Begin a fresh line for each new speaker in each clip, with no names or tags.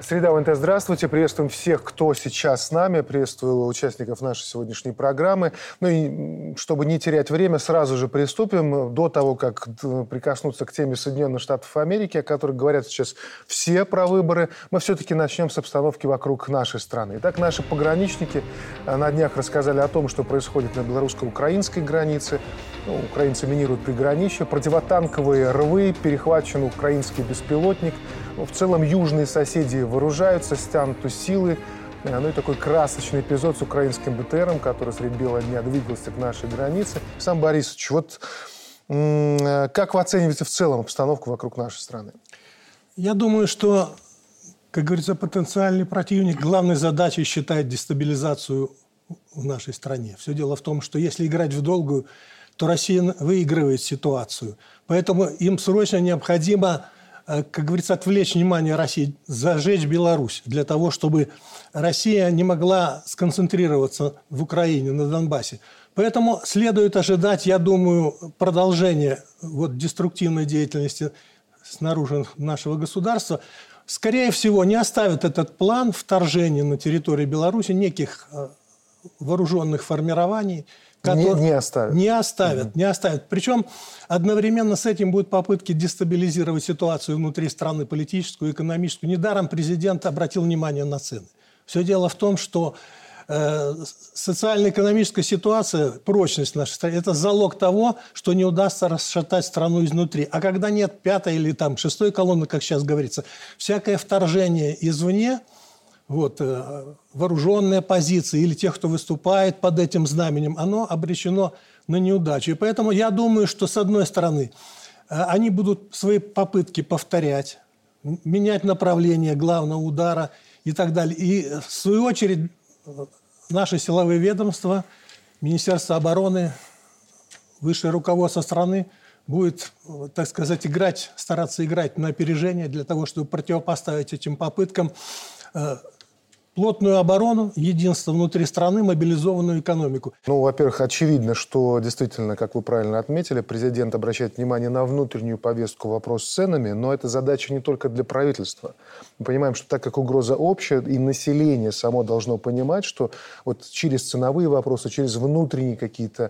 Среда ОНТ, здравствуйте. Приветствуем всех, кто сейчас с нами. Приветствую участников нашей сегодняшней программы. Ну и чтобы не терять время, сразу же приступим. До того, как прикоснуться к теме Соединенных Штатов Америки, о которых говорят сейчас все про выборы, мы все-таки начнем с обстановки вокруг нашей страны. Итак, наши пограничники на днях рассказали о том, что происходит на белорусско-украинской границе. Украинцы минируют приграничье, противотанковые рвы, перехвачен украинский беспилотник. В целом южные соседи вооружаются, стянут силы. Ну и такой красочный эпизод с украинским БТРом, который средь бела дня двигался к нашей границе. Сам Борисович, вот как вы оцениваете в целом обстановку вокруг нашей страны?
Я думаю, что, как говорится, потенциальный противник главной задачей считает дестабилизацию в нашей стране. Все дело в том, что если играть в долгую, то Россия выигрывает ситуацию. Поэтому им срочно необходимо, как говорится, отвлечь внимание России, зажечь Беларусь, для того, чтобы Россия не могла сконцентрироваться в Украине, на Донбассе. Поэтому следует ожидать, я думаю, продолжения деструктивной деятельности снаружи нашего государства. Скорее всего, не оставят этот план вторжения на территорию Беларуси неких вооруженных формирований,
Не оставят.
Не оставят. Причем одновременно с этим будут попытки дестабилизировать ситуацию внутри страны, политическую, экономическую. Недаром президент обратил внимание на цены. Все дело в том, что социально-экономическая ситуация, прочность нашей страны – это залог того, что не удастся расшатать страну изнутри. А когда нет пятой или шестой колонны, как сейчас говорится, всякое вторжение извне, вооруженные позиции или тех, кто выступает под этим знаменем, оно обречено на неудачу. И поэтому я думаю, что, с одной стороны, они будут свои попытки повторять, менять направление главного удара и так далее. И, в свою очередь, наши силовые ведомства, Министерство обороны, высшее руководство страны будет, так сказать, стараться играть на опережение для того, чтобы противопоставить этим попыткам плотную оборону, единство внутри страны, мобилизованную экономику.
Во-первых, очевидно, что действительно, как вы правильно отметили, президент обращает внимание на внутреннюю повестку, вопрос с ценами, но это задача не только для правительства. Мы понимаем, что так как угроза общая, и население само должно понимать, что через ценовые вопросы, через внутренние какие-то,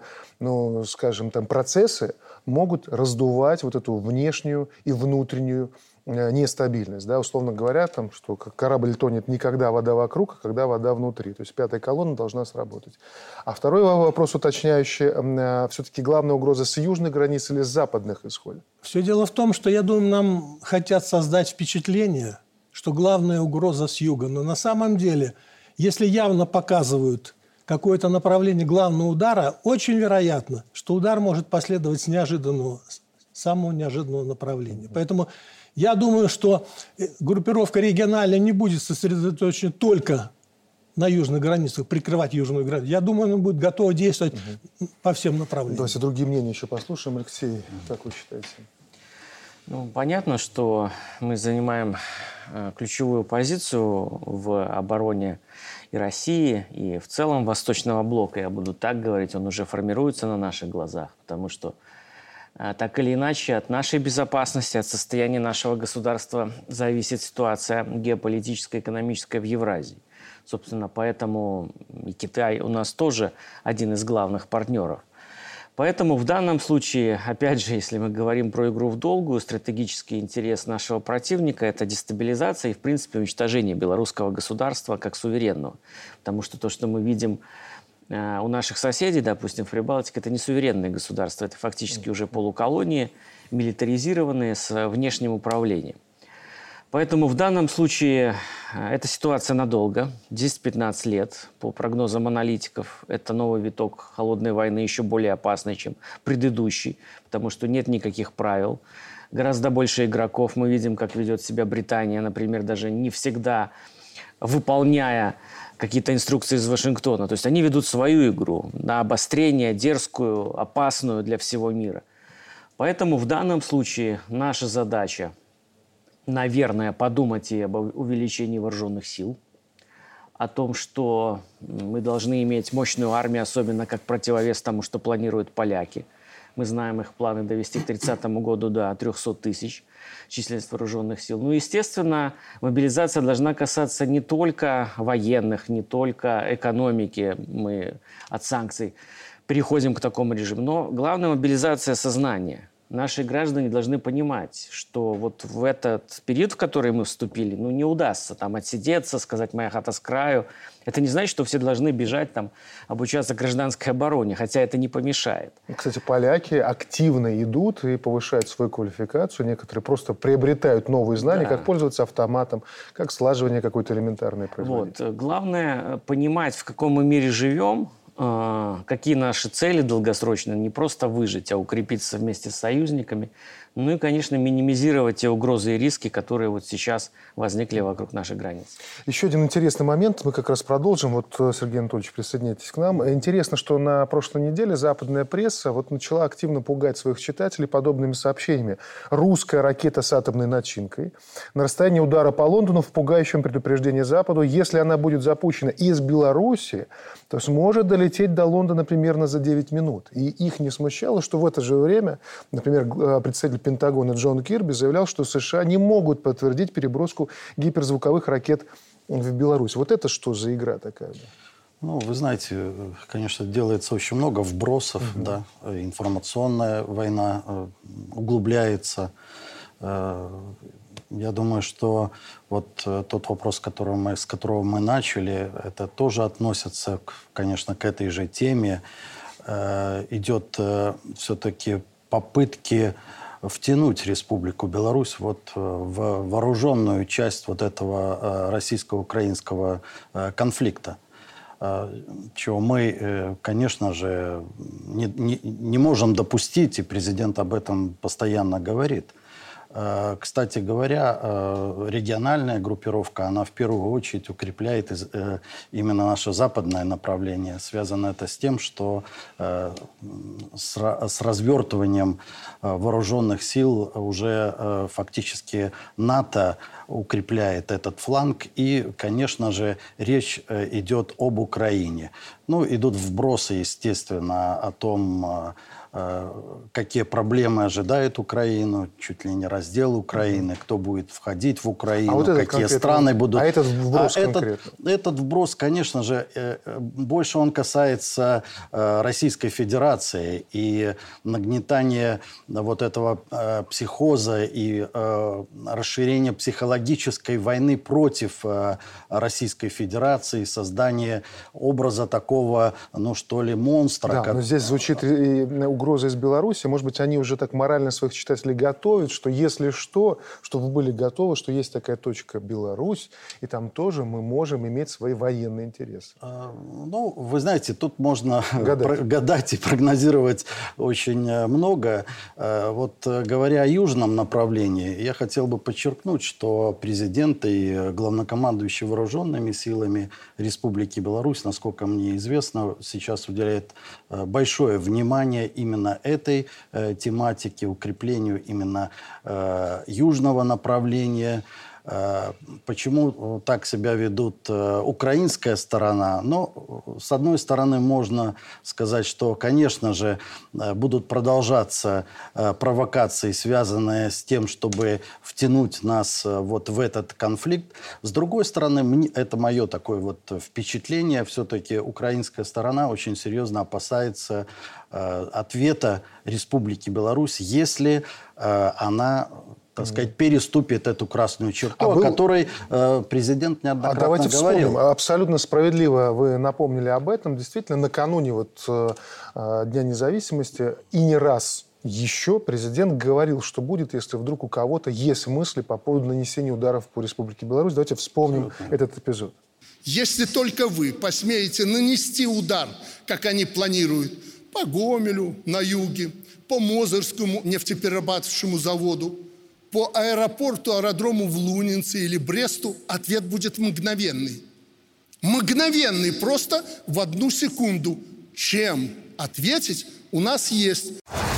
процессы могут раздувать эту внешнюю и внутреннюю нестабильность. Да? Условно говоря, что корабль тонет не когда вода вокруг, а когда вода внутри. То есть пятая колонна должна сработать. А второй вопрос уточняющий. Все-таки главная угроза с южной границы или с западных исходит?
Все дело в том, что, я думаю, нам хотят создать впечатление, что главная угроза с юга. Но на самом деле, если явно показывают какое-то направление главного удара, очень вероятно, что удар может последовать с самого неожиданного направления. Поэтому я думаю, что группировка региональная не будет сосредоточена только на южных границах, прикрывать южную границу. Я думаю, она будет готова действовать по всем направлениям.
Давайте другие мнения еще послушаем. Алексей, как вы считаете?
Понятно, что мы занимаем ключевую позицию в обороне и России, и в целом Восточного блока. Я буду так говорить, он уже формируется на наших глазах, потому что так или иначе от нашей безопасности, от состояния нашего государства зависит ситуация геополитическая, экономическая в Евразии. Собственно, поэтому и Китай у нас тоже один из главных партнеров. Поэтому в данном случае, опять же, если мы говорим про игру в долгую, стратегический интерес нашего противника – это дестабилизация и, в принципе, уничтожение белорусского государства как суверенного. Потому что то, что мы видим у наших соседей, допустим, в Прибалтике, это не суверенные государства, это фактически уже полуколонии, милитаризированные, с внешним управлением. Поэтому в данном случае эта ситуация надолго, 10-15 лет, по прогнозам аналитиков. Это новый виток холодной войны, еще более опасный, чем предыдущий, потому что нет никаких правил. Гораздо больше игроков. Мы видим, как ведет себя Британия, например, даже не всегда выполняя какие-то инструкции из Вашингтона. То есть они ведут свою игру на обострение, дерзкую, опасную для всего мира. Поэтому в данном случае наша задача, наверное, подумать и об увеличении вооруженных сил, о том, что мы должны иметь мощную армию, особенно как противовес тому, что планируют поляки. Мы знаем их планы довести к 30 году до 300 тысяч численность вооруженных сил. Ну, естественно, мобилизация должна касаться не только военных, не только экономики. Мы от санкций переходим к такому режиму. Но главная мобилизация сознания. Наши граждане должны понимать, что вот в этот период, в который мы вступили, ну, не удастся там отсидеться, сказать «моя хата с краю». Это не значит, что все должны бежать там обучаться гражданской обороне, хотя это не помешает.
Кстати, поляки активно идут и повышают свою квалификацию. Некоторые просто приобретают новые знания,
Да.
как пользоваться автоматом, как слаживание какой-то элементарной производительности.
Вот. Главное понимать, в каком мы мире живем, какие наши цели долгосрочные, не просто выжить, а укрепиться вместе с союзниками. Ну и, конечно, минимизировать те угрозы и риски, которые вот сейчас возникли вокруг наших границ.
Еще один интересный момент, мы как раз продолжим. Вот, Сергей Анатольевич, присоединяйтесь к нам. Интересно, что на прошлой неделе западная пресса вот начала активно пугать своих читателей подобными сообщениями. Русская ракета с атомной начинкой на расстоянии удара по Лондону в пугающем предупреждении Западу. Если она будет запущена из Беларуси, то сможет долететь до Лондона примерно за 9 минут. И их не смущало, что в это же время, например, представитель Пентагона Джон Кирби заявлял, что США не могут подтвердить переброску гиперзвуковых ракет в Беларусь. Вот это что за игра такая?
Ну, вы знаете, конечно, делается очень много вбросов, да, информационная война углубляется. Я думаю, что вот тот вопрос, с которого мы начали, это тоже относится, конечно, к этой же теме. Идет все-таки попытки втянуть Республику Беларусь вот в вооруженную часть вот этого российско-украинского конфликта. Чего мы, конечно же, не можем допустить, и президент об этом постоянно говорит. Кстати говоря, региональная группировка, она в первую очередь укрепляет именно наше западное направление. Связано это с тем, что с развертыванием вооруженных сил уже фактически НАТО укрепляет этот фланг. И, конечно же, речь идет об Украине. Ну, идут вбросы, естественно, о том, какие проблемы ожидают Украину, чуть ли не раздел Украины, кто будет входить в Украину,
вот
какие страны будут...
А этот вброс конкретно?
Этот вброс, конечно же, больше он касается Российской Федерации и нагнетания вот этого психоза и расширения психологической войны против Российской Федерации, создания образа такого, ну что ли, монстра.
Да, но здесь звучит угроза из Беларуси. Может быть, они уже так морально своих читателей готовят, что если что, чтобы вы были готовы, что есть такая точка Беларусь, и там тоже мы можем иметь свои военные интересы.
Ну, вы знаете, тут можно гадать и прогнозировать очень много. Вот говоря о южном направлении, я хотел бы подчеркнуть, что президент и главнокомандующий вооруженными силами Республики Беларусь, насколько мне известно, сейчас уделяет большое внимание именно этой тематике, укреплению именно южного направления. Почему так себя ведут украинская сторона? Ну, с одной стороны, можно сказать, что, конечно же, будут продолжаться провокации, связанные с тем, чтобы втянуть нас вот в этот конфликт. С другой стороны, это мое такое вот впечатление, все-таки украинская сторона очень серьезно опасается ответа Республики Беларусь, если она, так сказать, переступит эту красную черту, о которой президент неоднократно
давайте
говорил.
Вспомним. Абсолютно справедливо вы напомнили об этом. Действительно, накануне вот Дня независимости и не раз еще президент говорил, что будет, если вдруг у кого-то есть мысли по поводу нанесения ударов по Республике Беларусь. Давайте вспомним этот эпизод.
Если только вы посмеете нанести удар, как они планируют, по Гомелю на юге, по Мозырскому нефтеперерабатывающему заводу, по аэропорту-аэродрому в Лунинце или Бресту, ответ будет мгновенный. Мгновенный, просто в 1 секунду. Чем ответить у нас есть.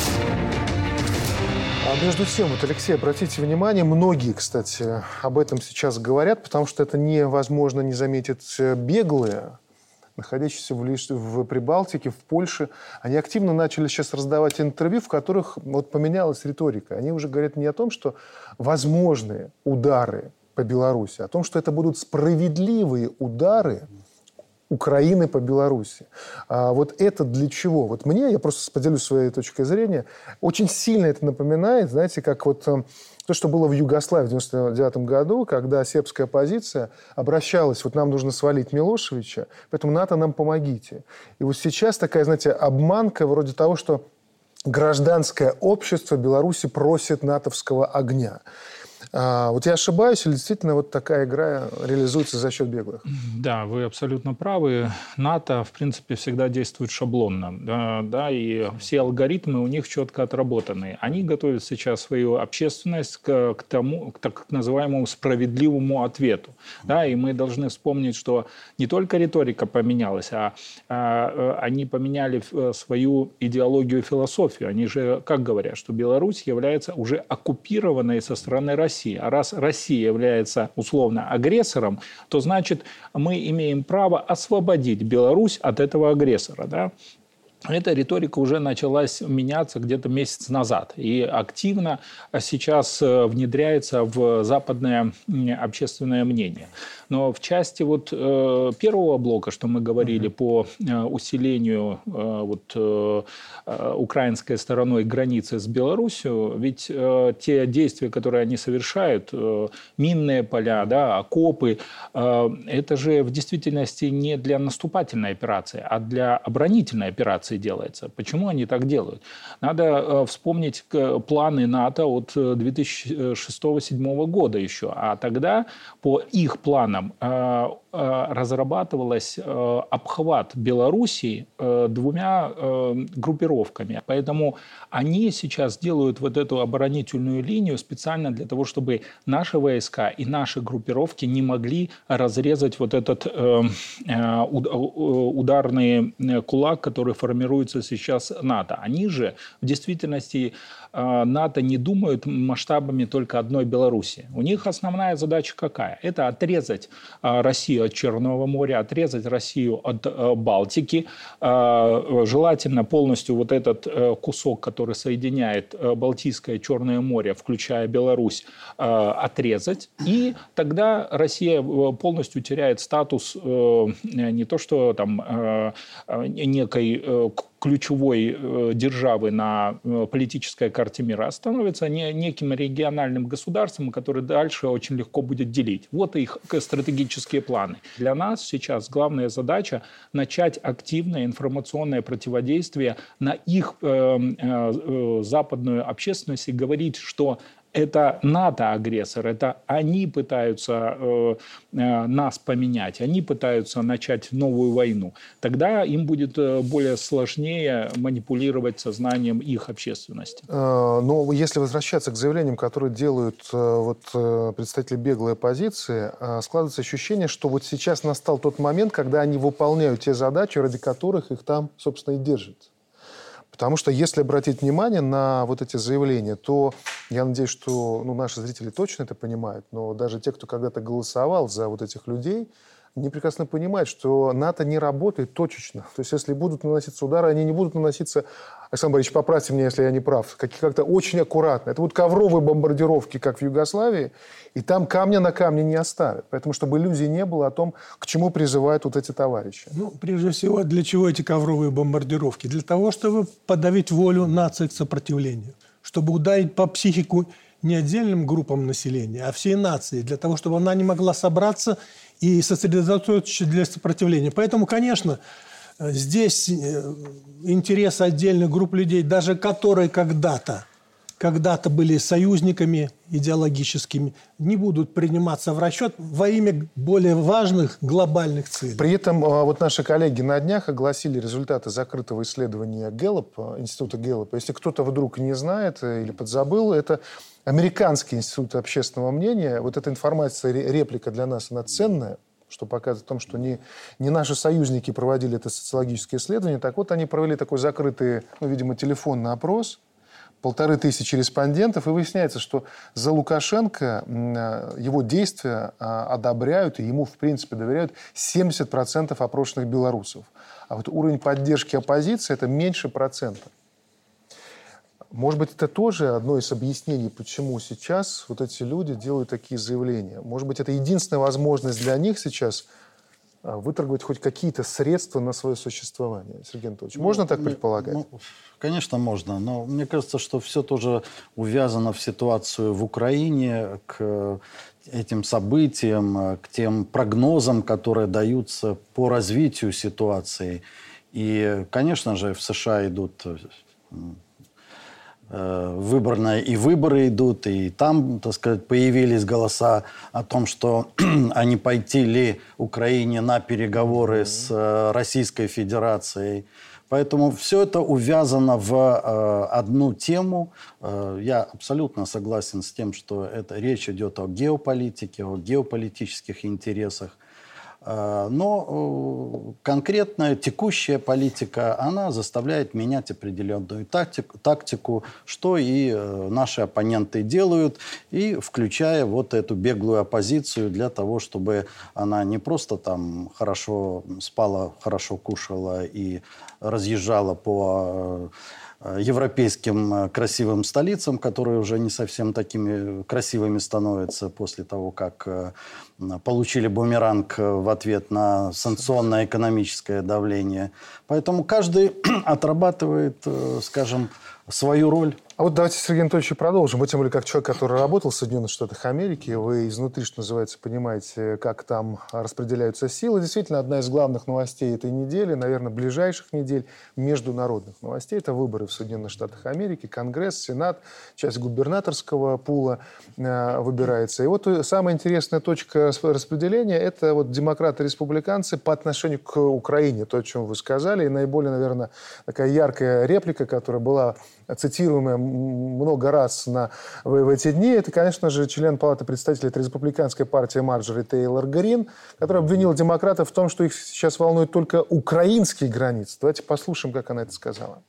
А между тем, вот, Алексей, обратите внимание, многие, кстати, об этом сейчас говорят, потому что это невозможно не заметить беглые, находящиеся в Прибалтике, в Польше, они активно начали сейчас раздавать интервью, в которых вот поменялась риторика. Они уже говорят не о том, что возможные удары по Беларуси, а о том, что это будут справедливые удары Украины по Беларуси. А вот это для чего? Вот мне, я просто поделюсь своей точкой зрения, очень сильно это напоминает, знаете, как вот то, что было в Югославии в 1999 году, когда сербская оппозиция обращалась, вот нам нужно свалить Милошевича, поэтому НАТО нам помогите. И вот сейчас такая, знаете, обманка вроде того, что гражданское общество Беларуси просит натовского огня. Вот я ошибаюсь, или действительно вот такая игра реализуется за счет беглых?
Да, вы абсолютно правы. НАТО, в принципе, всегда действует шаблонно. Да, и все алгоритмы у них четко отработаны. Они готовят сейчас свою общественность к тому, к так называемому справедливому ответу. Да, и мы должны вспомнить, что не только риторика поменялась, а они поменяли свою идеологию и философию. Они же, как говорят, что Беларусь является уже оккупированной со стороны России. А раз Россия является условно агрессором, то значит мы имеем право освободить Беларусь от этого агрессора. Да? Эта риторика уже началась меняться где-то месяц назад и активно сейчас внедряется в западное общественное мнение. Но в части вот первого блока, что мы говорили по усилению украинской стороной границы с Беларусью, ведь те действия, которые они совершают, минные поля, да, окопы, это же в действительности не для наступательной операции, а для оборонительной операции делается. Почему они так делают? Надо вспомнить планы НАТО от 2006-2007 года еще. А тогда по их планам разрабатывалась обхват Белоруссии двумя группировками. Поэтому они сейчас делают вот эту оборонительную линию специально для того, чтобы наши войска и наши группировки не могли разрезать вот этот ударный кулак, который формируется сейчас НАТО. Они же в действительности НАТО не думают масштабами только одной Беларуси. У них основная задача какая? Это отрезать Россию от Черного моря, отрезать Россию от Балтики. Желательно полностью вот этот кусок, который соединяет Балтийское и Черное море, включая Беларусь, отрезать. И тогда Россия полностью теряет статус не то что там некой ключевой державы на политической карте мира, а становится неким региональным государством, который дальше очень легко будет делить. Вот их стратегические планы. Для нас сейчас главная задача начать активное информационное противодействие на их западную общественность и говорить, что это НАТО-агрессор, это они пытаются нас поменять, они пытаются начать новую войну. Тогда им будет более сложнее манипулировать сознанием их общественности.
Но если возвращаться к заявлениям, которые делают представители беглой оппозиции, складывается ощущение, что вот сейчас настал тот момент, когда они выполняют те задачи, ради которых их там, собственно, и держат. Потому что если обратить внимание на вот эти заявления, то я надеюсь, что наши зрители точно это понимают, но даже те, кто когда-то голосовал за вот этих людей, они прекрасно понимают, что НАТО не работает точечно. То есть если будут наноситься удары, они не будут наноситься, Александр Борисович, поправьте меня, если я не прав, как-то очень аккуратно. Это будут ковровые бомбардировки, как в Югославии, и там камня на камне не оставят. Поэтому, чтобы иллюзий не было о том, к чему призывают вот эти товарищи.
Прежде всего, для чего эти ковровые бомбардировки? Для того, чтобы подавить волю нации к сопротивлению. Чтобы ударить по психику не отдельным группам населения, а всей нации. Для того, чтобы она не могла собраться и сосредоточиться для сопротивления. Поэтому, конечно, здесь интересы отдельных групп людей, даже которые когда-то были союзниками идеологическими, не будут приниматься в расчет во имя более важных глобальных целей.
При этом вот наши коллеги на днях огласили результаты закрытого исследования Гэллопа, института Гэллопа. Если кто-то вдруг не знает или подзабыл, это американский институт общественного мнения. Вот эта информация, реплика для нас, она ценная, что показывает о том, что не наши союзники проводили это социологическое исследование. Так вот, они провели такой закрытый, видимо, телефонный опрос 1500 респондентов, и выясняется, что за Лукашенко его действия одобряют и ему, в принципе, доверяют 70% опрошенных белорусов. А вот уровень поддержки оппозиции – это меньше процента. Может быть, это тоже одно из объяснений, почему сейчас вот эти люди делают такие заявления. Может быть, это единственная возможность для них сейчас выторговать хоть какие-то средства на свое существование. Сергей Анатольевич, можно так предполагать?
Конечно, можно. Но мне кажется, что все тоже увязано в ситуацию в Украине, к этим событиям, к тем прогнозам, которые даются по развитию ситуации. И, конечно же, в США идут выборные, и выборы идут, и там, так сказать, появились голоса о том, что а не пойти ли Украине на переговоры с Российской Федерацией. Поэтому все это увязано в одну тему. Я абсолютно согласен с тем, что речь идет о геополитике, о геополитических интересах. Но конкретная текущая политика, она заставляет менять определенную тактику, что и наши оппоненты делают, и включая вот эту беглую оппозицию для того, чтобы она не просто там хорошо спала, хорошо кушала и разъезжала по европейским красивым столицам, которые уже не совсем такими красивыми становятся после того, как получили бумеранг в ответ на санкционное экономическое давление. Поэтому каждый отрабатывает, скажем, свою роль.
А вот давайте, Сергей Анатольевич, продолжим. Вы, тем более, как человек, который работал в Соединенных Штатах Америки, вы изнутри, что называется, понимаете, как там распределяются силы. Действительно, одна из главных новостей этой недели, наверное, ближайших недель, международных новостей, это выборы в Соединенных Штатах Америки, Конгресс, Сенат, часть губернаторского пула выбирается. И вот самая интересная точка распределения – это вот демократы-республиканцы по отношению к Украине, то, о чем вы сказали. И наиболее, наверное, такая яркая реплика, которая была цитируемая много раз в эти дни, это, конечно же, член Палаты представителей республиканской партии Марджори Тейлор Грин, который обвинил демократов в том, что их сейчас волнуют только украинские границы. Давайте послушаем, как она это сказала.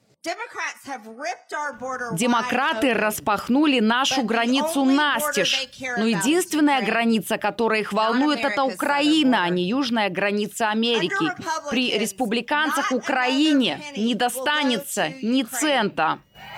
Демократы распахнули нашу границу настежь. Но единственная граница, которая их волнует, это Украина, а не южная граница Америки. При республиканцах Украине не достанется ни цента.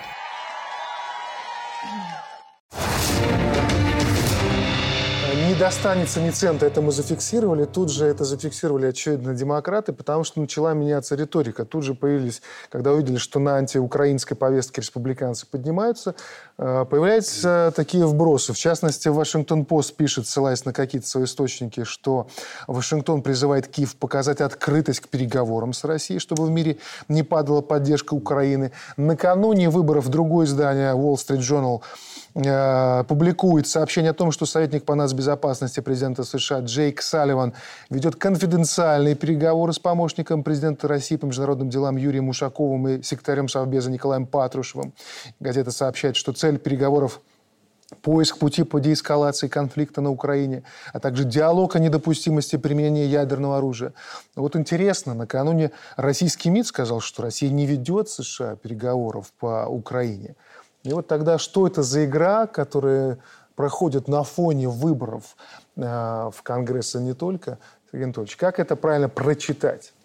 Не достанется ни цента, это мы зафиксировали. Тут же это зафиксировали, очевидно, демократы, потому что начала меняться риторика. Тут же появились, когда увидели, что на антиукраинской повестке республиканцы поднимаются, появляются такие вбросы. В частности, Вашингтон-Пост пишет, ссылаясь на какие-то свои источники, что Вашингтон призывает Киев показать открытость к переговорам с Россией, чтобы в мире не падала поддержка Украины. Накануне выборов другое издание Wall Street Journal публикует сообщение о том, что советник по нацбезопасности президента США Джейк Салливан ведет конфиденциальные переговоры с помощником президента России по международным делам Юрием Ушаковым и секретарем Совбеза Николаем Патрушевым. Газета сообщает, что цель переговоров – поиск пути по деэскалации конфликта на Украине, а также диалог о недопустимости применения ядерного оружия. Вот интересно, накануне российский МИД сказал, что Россия не ведет с США переговоров по Украине. И вот тогда что это за игра, которая проходит на фоне выборов в Конгресс и не только? Сергей Анатольевич, как это правильно прочитать?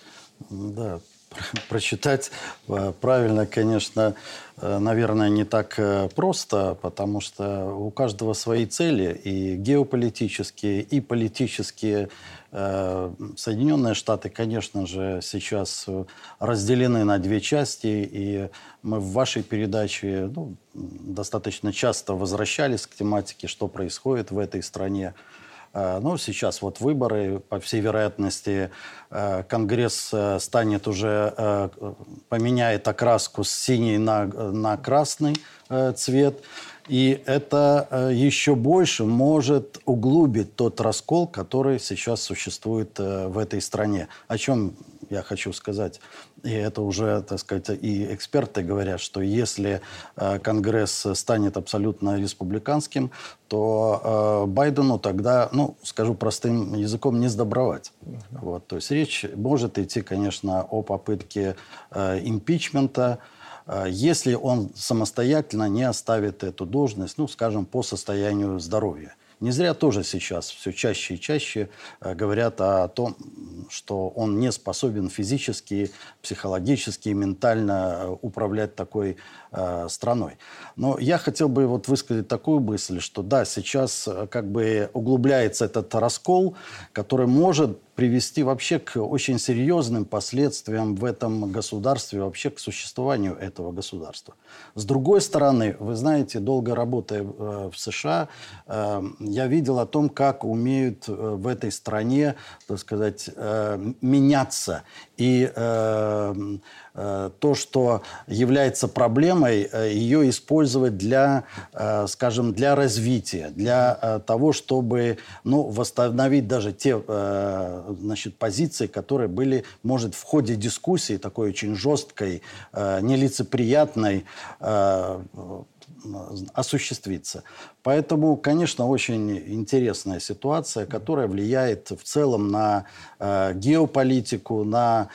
Да, прочитать правильно, конечно, наверное, не так просто, потому что у каждого свои цели, и геополитические, и политические. Соединенные Штаты, конечно же, сейчас разделены на две части, и мы в вашей передаче достаточно часто возвращались к тематике, что происходит в этой стране. Но сейчас вот выборы, по всей вероятности, Конгресс станет уже, поменяет окраску с синей на красный цвет. И это еще больше может углубить тот раскол, который сейчас существует в этой стране. О чем я хочу сказать? И это уже, так сказать, и эксперты говорят, что если Конгресс станет абсолютно республиканским, то Байдену тогда, скажу простым языком, не сдобровать. Вот. То есть речь может идти, конечно, о попытке импичмента. если он самостоятельно не оставит эту должность, ну, скажем, по состоянию здоровья. Не зря тоже сейчас все чаще и чаще говорят о том, что он не способен физически, психологически, ментально управлять такой страной. Но я хотел бы вот высказать такую мысль, что да, сейчас как бы углубляется этот раскол, который может привести вообще к очень серьезным последствиям в этом государстве, вообще к существованию этого государства. С другой стороны, вы знаете, долго работая в США, я видел о том, как умеют в этой стране, так сказать, меняться. И то, что является проблемой, ее использовать для, скажем, для развития, для того, чтобы, ну, восстановить даже те, значит, позиции, которые были, может, в ходе дискуссии такой очень жесткой, нелицеприятной, осуществиться. Поэтому, конечно, очень интересная ситуация, которая влияет в целом на геополитику, на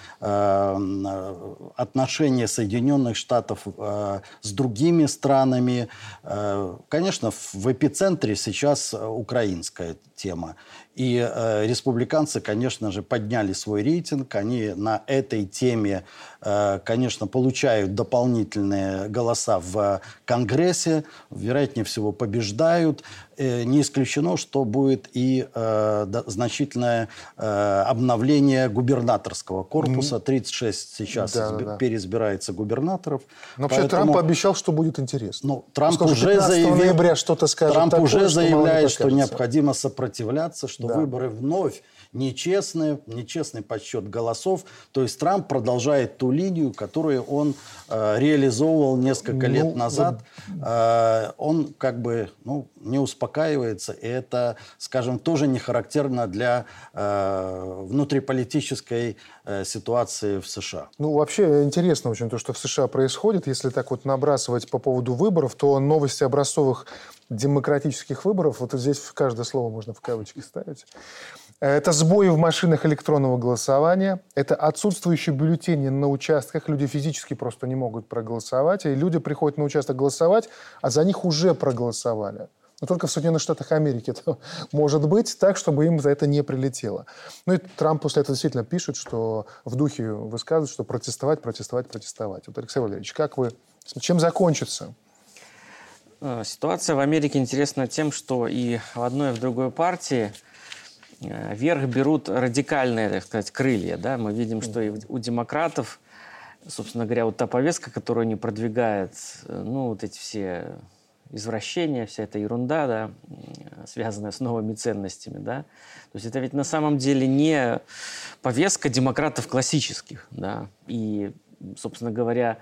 отношения Соединенных Штатов с другими странами. Конечно, в эпицентре сейчас украинская тема. И республиканцы, конечно же, подняли свой рейтинг. Они на этой теме, конечно, получают дополнительные голоса в Конгрессе. Вероятнее всего, побеждают. Не исключено, что будет и значительное обновление губернаторского корпуса. 36 сейчас переизбирается губернаторов.
Но вообще Трамп обещал, что будет интересно.
Ну, Трамп уже заявил,
что-то скажет
Трамп
такое,
уже
что
заявляет, что необходимо сопротивляться, что выборы вновь нечестный подсчет голосов. То есть Трамп продолжает ту линию, которую он реализовывал несколько лет назад. Он как бы не успокаивается. И это, скажем, тоже не характерно для внутриполитической ситуации в США.
Ну, вообще интересно очень то, что в США происходит. Если так вот набрасывать по поводу выборов, то новости образцовых демократических выборов, вот здесь каждое слово можно в кавычки ставить. Это сбои в машинах электронного голосования, это отсутствующие бюллетени на участках, люди физически просто не могут проголосовать, и люди приходят на участок голосовать, а за них уже проголосовали. Но только в Соединенных Штатах Америки это может быть так, чтобы им за это не прилетело. Ну и Трамп после этого действительно пишет, что в духе высказывает, что протестовать. Вот, Алексей Валерьевич, как вы, чем закончится?
Ситуация в Америке интересна тем, что и в одной, и в другой партии вверх берут радикальные, так сказать, крылья. Да? Мы видим, что и у демократов, собственно говоря, вот та повестка, которую они продвигают, ну, вот эти все извращения, вся эта ерунда, да, связанная с новыми ценностями. Да? То есть это ведь на самом деле не повестка демократов классических. Да? И, собственно говоря,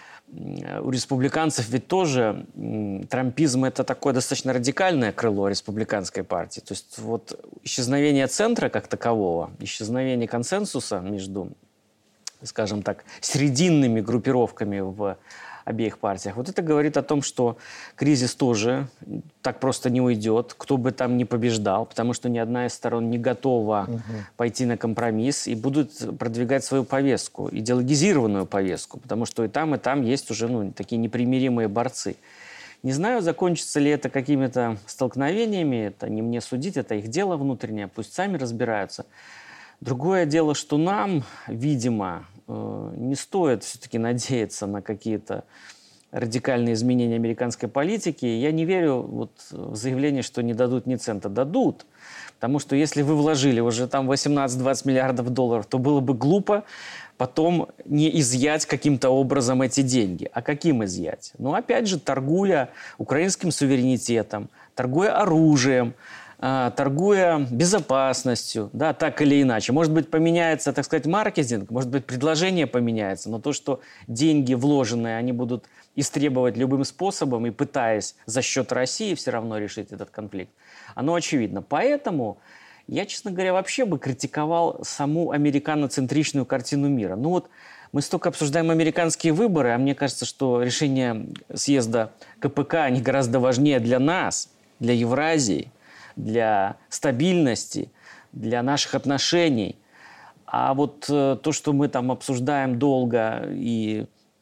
у республиканцев ведь тоже трампизм – это такое достаточно радикальное крыло республиканской партии. То есть вот исчезновение центра как такового, исчезновение консенсуса между, скажем так, срединными группировками в обеих партиях, вот это говорит о том, что кризис тоже так просто не уйдет, кто бы там ни побеждал, потому что ни одна из сторон не готова пойти на компромисс и будут продвигать свою повестку, идеологизированную повестку, потому что и там есть уже такие непримиримые борцы. Не знаю, закончится ли это какими-то столкновениями, это не мне судить, это их дело внутреннее, пусть сами разбираются. Другое дело, что нам, видимо, не стоит все-таки надеяться на какие-то радикальные изменения американской политики. Я не верю в заявление, что не дадут ни цента. Дадут. Потому что если вы вложили уже там 18-20 миллиардов долларов, то было бы глупо потом не изъять каким-то образом эти деньги. А каким изъять? Ну, опять же, торгуя украинским суверенитетом, торгуя оружием, торгуя безопасностью, да, так или иначе. Может быть, поменяется, так сказать, маркетинг, может быть, предложение поменяется, но то, что деньги вложенные, они будут истребовать любым способом и пытаясь за счет России все равно решить этот конфликт, оно очевидно. Поэтому я, честно говоря, вообще бы критиковал саму американоцентричную картину мира. Ну вот мы столько обсуждаем американские выборы, а мне кажется, что решения съезда КПК, они гораздо важнее для нас, для Евразии, для стабильности, для наших отношений. А вот то, что мы там обсуждаем долго и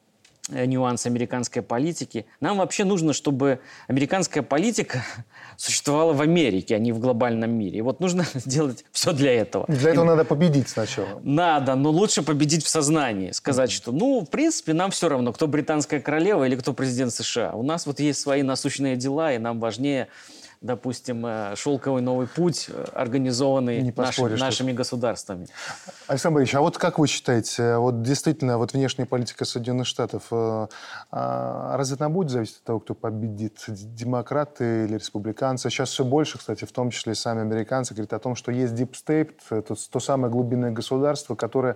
нюансы американской политики. Нам вообще нужно, чтобы американская политика существовала в Америке, а не в глобальном мире. И вот нужно сделать все для этого.
Для этого надо победить сначала.
Надо, но лучше победить в сознании. Сказать, что, в принципе, нам все равно, кто британская королева или кто президент США. У нас вот есть свои насущные дела, и нам важнее, допустим, шелковый новый путь, организованный нашими государствами.
Александр Борисович, а вот как вы считаете, вот действительно вот внешняя политика Соединенных Штатов, разве она будет зависеть от того, кто победит, демократы или республиканцы? Сейчас все больше, кстати, в том числе и сами американцы говорят о том, что есть Deep State, это то самое глубинное государство, которое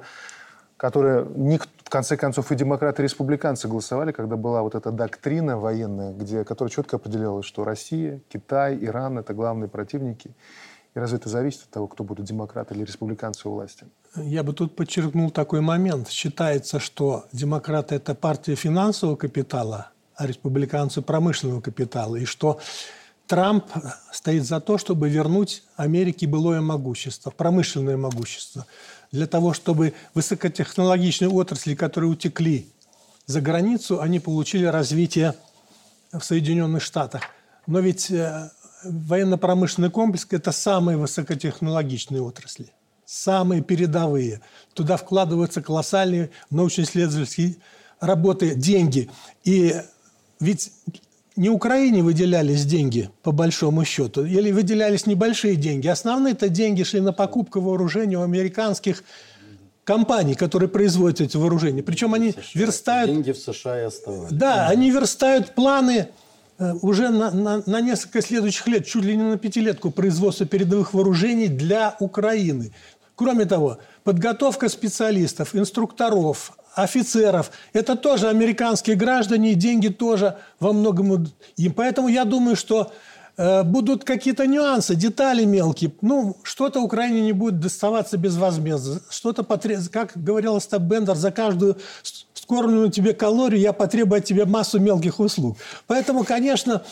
в конце концов и демократы, и республиканцы голосовали, когда была вот эта доктрина военная, которая четко определяла, что Россия, Китай, Иран — это главные противники. И разве это зависит от того, кто будут демократы или республиканцы у власти?
Я бы тут подчеркнул такой момент. Считается, что демократы – это партия финансового капитала, а республиканцы – промышленного капитала. И что Трамп стоит за то, чтобы вернуть Америке былое могущество, промышленное могущество. Для того, чтобы высокотехнологичные отрасли, которые утекли за границу, они получили развитие в Соединенных Штатах. Но ведь военно-промышленный комплекс – это самые высокотехнологичные отрасли, самые передовые. Туда вкладываются колоссальные научно-исследовательские работы, деньги. И ведь не Украине выделялись деньги, по большому счету, или выделялись небольшие деньги. Основные-то деньги шли на покупку вооружения у американских компаний, которые производят эти вооружения. Причем они верстают...
Деньги в США и оставались.
Да, они верстают планы уже на несколько следующих лет, чуть ли не на пятилетку производства передовых вооружений для Украины. Кроме того, подготовка специалистов, инструкторов, офицеров – это тоже американские граждане, и деньги тоже во многом им. Поэтому я думаю, что будут какие-то нюансы, детали мелкие. Что-то Украине не будет доставаться безвозмездно. Что-то как говорил Остап Бендер, за каждую скормленную тебе калорию я потребую от тебя массу мелких услуг. Поэтому, конечно,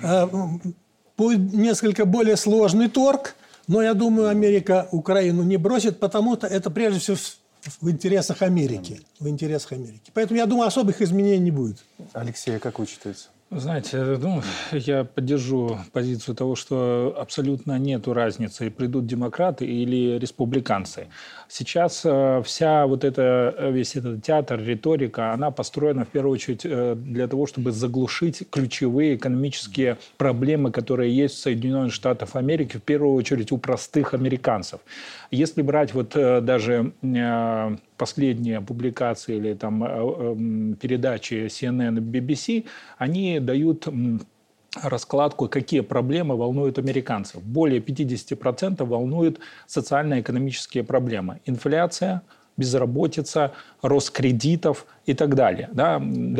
будет несколько более сложный торг, но я думаю, Америка Украину не бросит, потому что это прежде всего в интересах Америки. В интересах Америки. Поэтому, я думаю, особых изменений не будет.
Алексей, как вы считаете?
Знаете, я поддержу позицию того, что абсолютно нет разницы, придут демократы или республиканцы. Сейчас весь этот театр, риторика, она построена в первую очередь для того, чтобы заглушить ключевые экономические проблемы, которые есть в Соединенных Штатах Америки, в первую очередь у простых американцев. Если брать даже последние публикации или передачи CNN и BBC, они дают раскладку, какие проблемы волнуют американцев. Более 50% волнуют социально-экономические проблемы. Инфляция, безработица, рост кредитов и так далее. Да?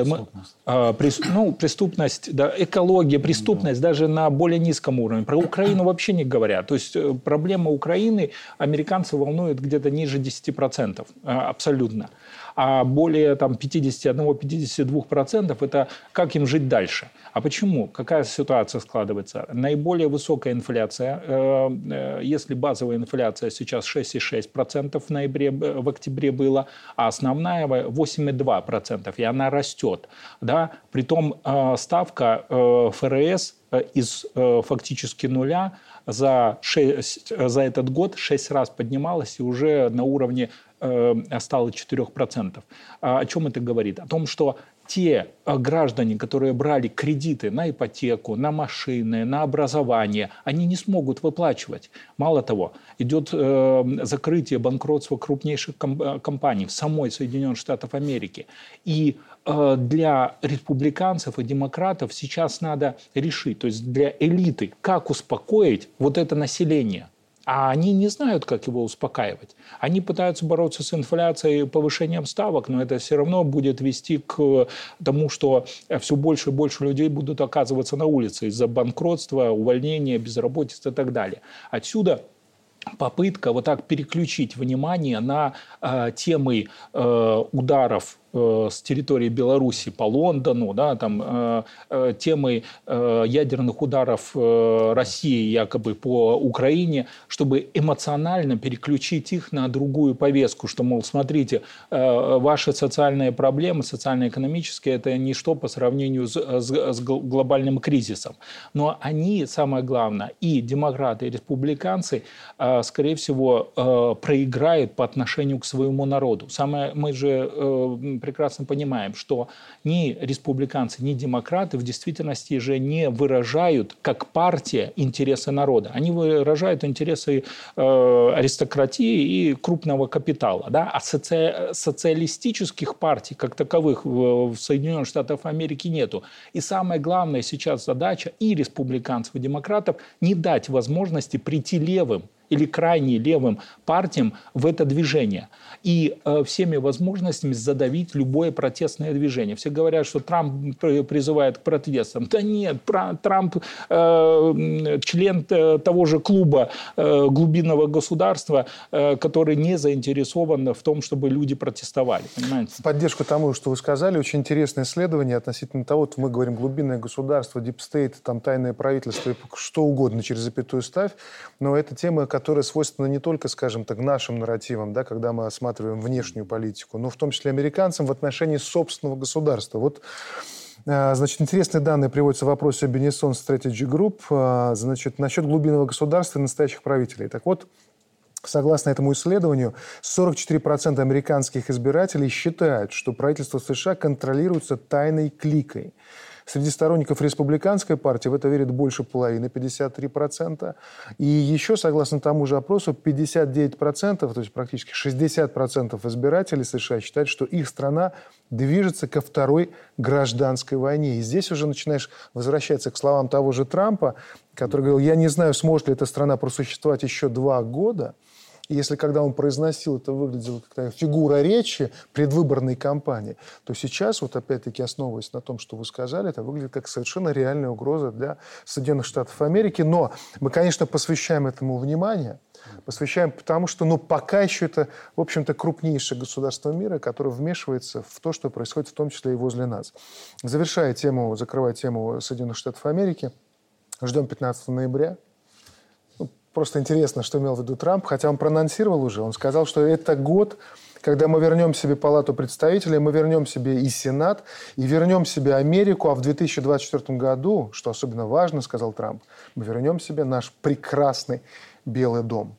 Преступность, экология, преступность даже на более низком уровне. Про Украину вообще не говоря. То есть проблема Украины американцев волнует где-то ниже 10%. Абсолютно. А более 51-52% это как им жить дальше. А почему? Какая ситуация складывается? Наиболее высокая инфляция. Если базовая инфляция сейчас 6,6% в октябре было, а основная 8,2%. И она растет. Да? Притом ставка ФРС из фактически нуля за этот год 6 раз поднималась и уже на уровне стало 4%. О чем это говорит? О том, что те граждане, которые брали кредиты на ипотеку, на машины, на образование, они не смогут выплачивать. Мало того, идет закрытие, банкротство крупнейших компаний в самой Соединенных Штатах Америки. И для республиканцев и демократов сейчас надо решить, то есть для элиты, как успокоить вот это население. А они не знают, как его успокаивать. Они пытаются бороться с инфляцией и повышением ставок, но это все равно будет вести к тому, что все больше и больше людей будут оказываться на улице из-за банкротства, увольнения, безработицы и так далее. Отсюда попытка вот так переключить внимание на темы ударов с территории Беларуси по Лондону, да, там, темой ядерных ударов России якобы по Украине, чтобы эмоционально переключить их на другую повестку, что, мол, смотрите, ваши социальные проблемы, социально-экономические, это ничто по сравнению с глобальным кризисом. Но они, самое главное, и демократы, и республиканцы, скорее всего, проиграют по отношению к своему народу. Мы же прекрасно понимаем, что ни республиканцы, ни демократы в действительности же не выражают как партия интересы народа. Они выражают интересы аристократии и крупного капитала. Да? А социалистических партий как таковых в Соединенных Штатах Америки нету. И самая главная сейчас задача и республиканцев, и демократов не дать возможности прийти левым или крайне левым партиям в это движение. И всеми возможностями задавить любое протестное движение. Все говорят, что Трамп призывает к протестам. Да нет, Трамп член того же клуба глубинного государства, который не заинтересован в том, чтобы люди протестовали. Понимаете?
В поддержку тому, что вы сказали, очень интересное исследование относительно того, вот мы говорим глубинное государство, дипстейт, там тайное правительство, что угодно через запятую ставь, но это тема, которая свойственна не только, скажем так, нашим нарративам, да, когда мы осматриваем внешнюю политику, но в том числе американцам в отношении собственного государства. Вот, значит, интересные данные приводятся в вопросе Benison Strategy Group, значит, насчет глубинного государства и настоящих правителей. Так вот, согласно этому исследованию, 44% американских избирателей считают, что правительство США контролируется тайной кликой. Среди сторонников республиканской партии в это верит больше половины, 53%. И еще, согласно тому же опросу, 59%, то есть практически 60% избирателей США считают, что их страна движется ко второй гражданской войне. И здесь уже начинаешь возвращаться к словам того же Трампа, который говорил, я не знаю, сможет ли эта страна просуществовать еще 2 года. И если когда он произносил, это выглядело как фигура речи предвыборной кампании, то сейчас, вот опять-таки основываясь на том, что вы сказали, это выглядит как совершенно реальная угроза для Соединенных Штатов Америки. Но мы, конечно, посвящаем этому внимание, посвящаем потому, что пока еще это, в общем-то, крупнейшее государство мира, которое вмешивается в то, что происходит в том числе и возле нас. Закрывая тему Соединенных Штатов Америки, ждем 15 ноября. Просто интересно, что имел в виду Трамп, хотя он проанонсировал уже. Он сказал, что это год, когда мы вернем себе Палату представителей, мы вернем себе и Сенат, и вернем себе Америку, а в 2024 году, что особенно важно, сказал Трамп, мы вернем себе наш прекрасный Белый дом.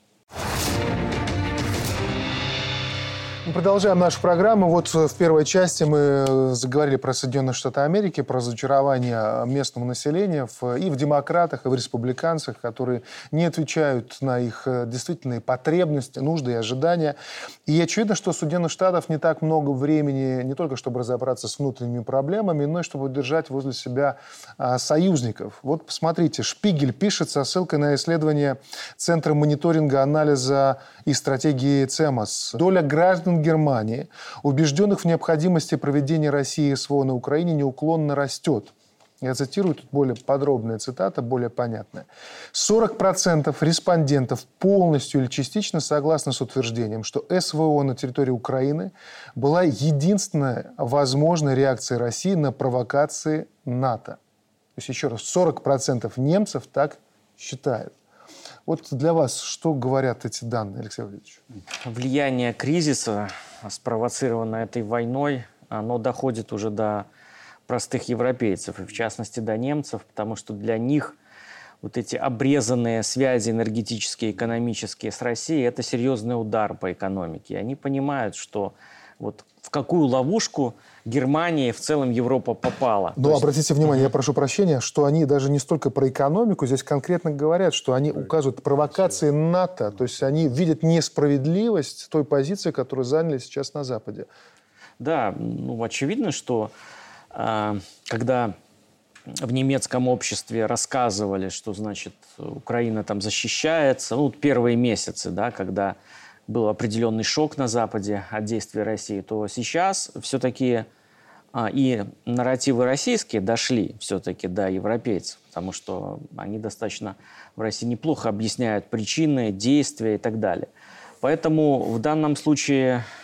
Мы продолжаем нашу программу. Вот в первой части мы заговорили про Соединенные Штаты Америки, про разочарование местного населения и в демократах, и в республиканцах, которые не отвечают на их действительные потребности, нужды и ожидания. И очевидно, что у Соединенных Штатов не так много времени не только чтобы разобраться с внутренними проблемами, но и чтобы держать возле себя союзников. Вот посмотрите, Шпигель пишет со ссылкой на исследование Центра мониторинга, анализа и стратегии ЦЕМОС. Доля граждан Германии, убежденных в необходимости проведения России СВО на Украине, неуклонно растет. Я цитирую, тут более подробная цитата, более понятная. 40% респондентов полностью или частично согласны с утверждением, что СВО на территории Украины была единственной возможной реакцией России на провокации НАТО. То есть, еще раз, 40% немцев так считают. Вот для вас что говорят эти данные, Алексей Валерьевич?
Влияние кризиса, спровоцированное этой войной, оно доходит уже до простых европейцев, и в частности до немцев, потому что для них вот эти обрезанные связи энергетические, экономические с Россией – это серьезный удар по экономике. И они понимают, что вот в какую ловушку Германия и в целом Европа попала.
Но обратите внимание, я прошу прощения, что они даже не столько про экономику, здесь конкретно говорят, что они указывают провокации НАТО, то есть они видят несправедливость той позиции, которую заняли сейчас на Западе.
Да, очевидно, что когда в немецком обществе рассказывали, что, значит, Украина там защищается, первые месяцы, да, когда был определенный шок на Западе от действий России, то сейчас все-таки и нарративы российские дошли все-таки до европейцев, потому что они достаточно в России неплохо объясняют причины, действия и так далее. Поэтому в данном случае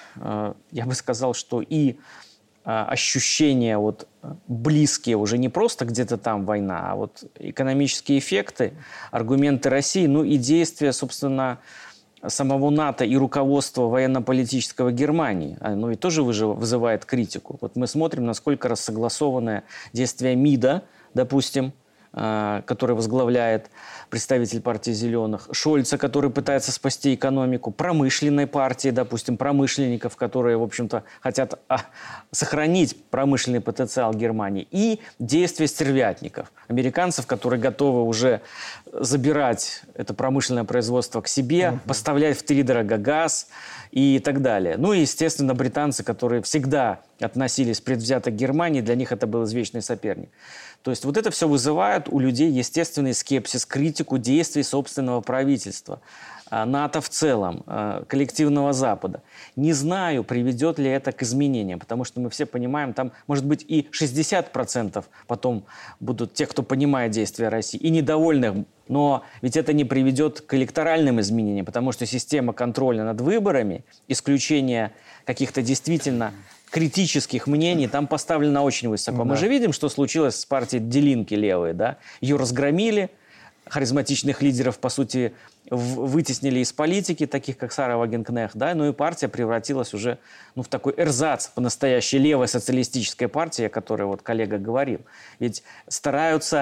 я бы сказал, что и ощущения вот близкие уже не просто где-то там война, а вот экономические эффекты, аргументы России, ну и действия, собственно, самого НАТО и руководства военно-политического Германии, оно и тоже вызывает критику. Вот мы смотрим, насколько рассогласованное действие МИДа, допустим, который возглавляет представитель партии «Зеленых», Шольца, который пытается спасти экономику, промышленной партии, допустим, промышленников, которые, в общем-то, хотят сохранить промышленный потенциал Германии, и действия стервятников, американцев, которые готовы уже забирать это промышленное производство к себе, поставлять втридорога газ и так далее. Ну и, естественно, британцы, которые всегда относились предвзято к Германии, для них это был извечный соперник. То есть вот это все вызывает у людей естественный скепсис, критику действий собственного правительства, НАТО в целом, коллективного Запада. Не знаю, приведет ли это к изменениям, потому что мы все понимаем, там может быть и 60% потом будут тех, кто понимает действия России, и недовольных. Но ведь это не приведет к электоральным изменениям, потому что система контроля над выборами, исключение каких-то действительно критических мнений там поставлено очень высоко. Да. Мы же видим, что случилось с партией Die Linke левой. Да? Ее разгромили, харизматичных лидеров, по сути, вытеснили из политики, таких как Сара Вагенкнехт. Да? Ну и партия превратилась уже в такой эрзац, по-настоящей левой социалистической партии, о которой вот коллега говорил. Ведь стараются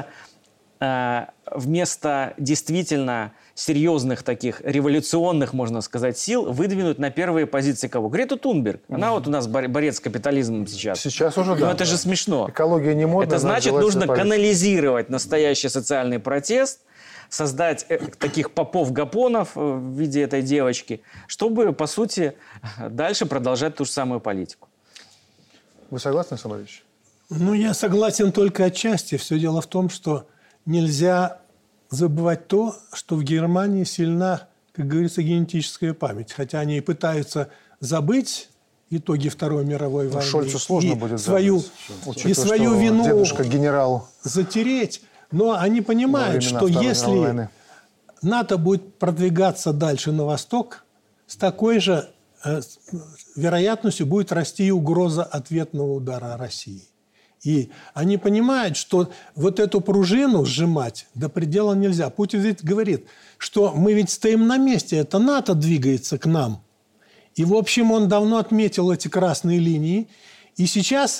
вместо действительно серьезных таких революционных, можно сказать, сил выдвинуть на первые позиции кого? Грету Тунберг. Она вот у нас борец с капитализмом сейчас.
Сейчас уже, да.
Но это же смешно.
Экология не модна.
Это значит, нужно канализировать настоящий социальный протест, создать таких попов-гапонов в виде этой девочки, чтобы, по сути, дальше продолжать ту же самую политику.
Вы согласны, Александр Ильич?
Ну, я согласен только отчасти. Все дело в том, что нельзя забывать то, что в Германии сильна, как говорится, генетическая память. Хотя они и пытаются забыть итоги Второй мировой войны.
Шольцу сложно будет
свою вину
дедушка генерал
затереть. Но они понимают, что если НАТО будет продвигаться дальше на восток, с такой же вероятностью будет расти угроза ответного удара России. И они понимают, что вот эту пружину сжимать до предела нельзя. Путин ведь говорит, что мы ведь стоим на месте, это НАТО двигается к нам. И, в общем, он давно отметил эти красные линии. И сейчас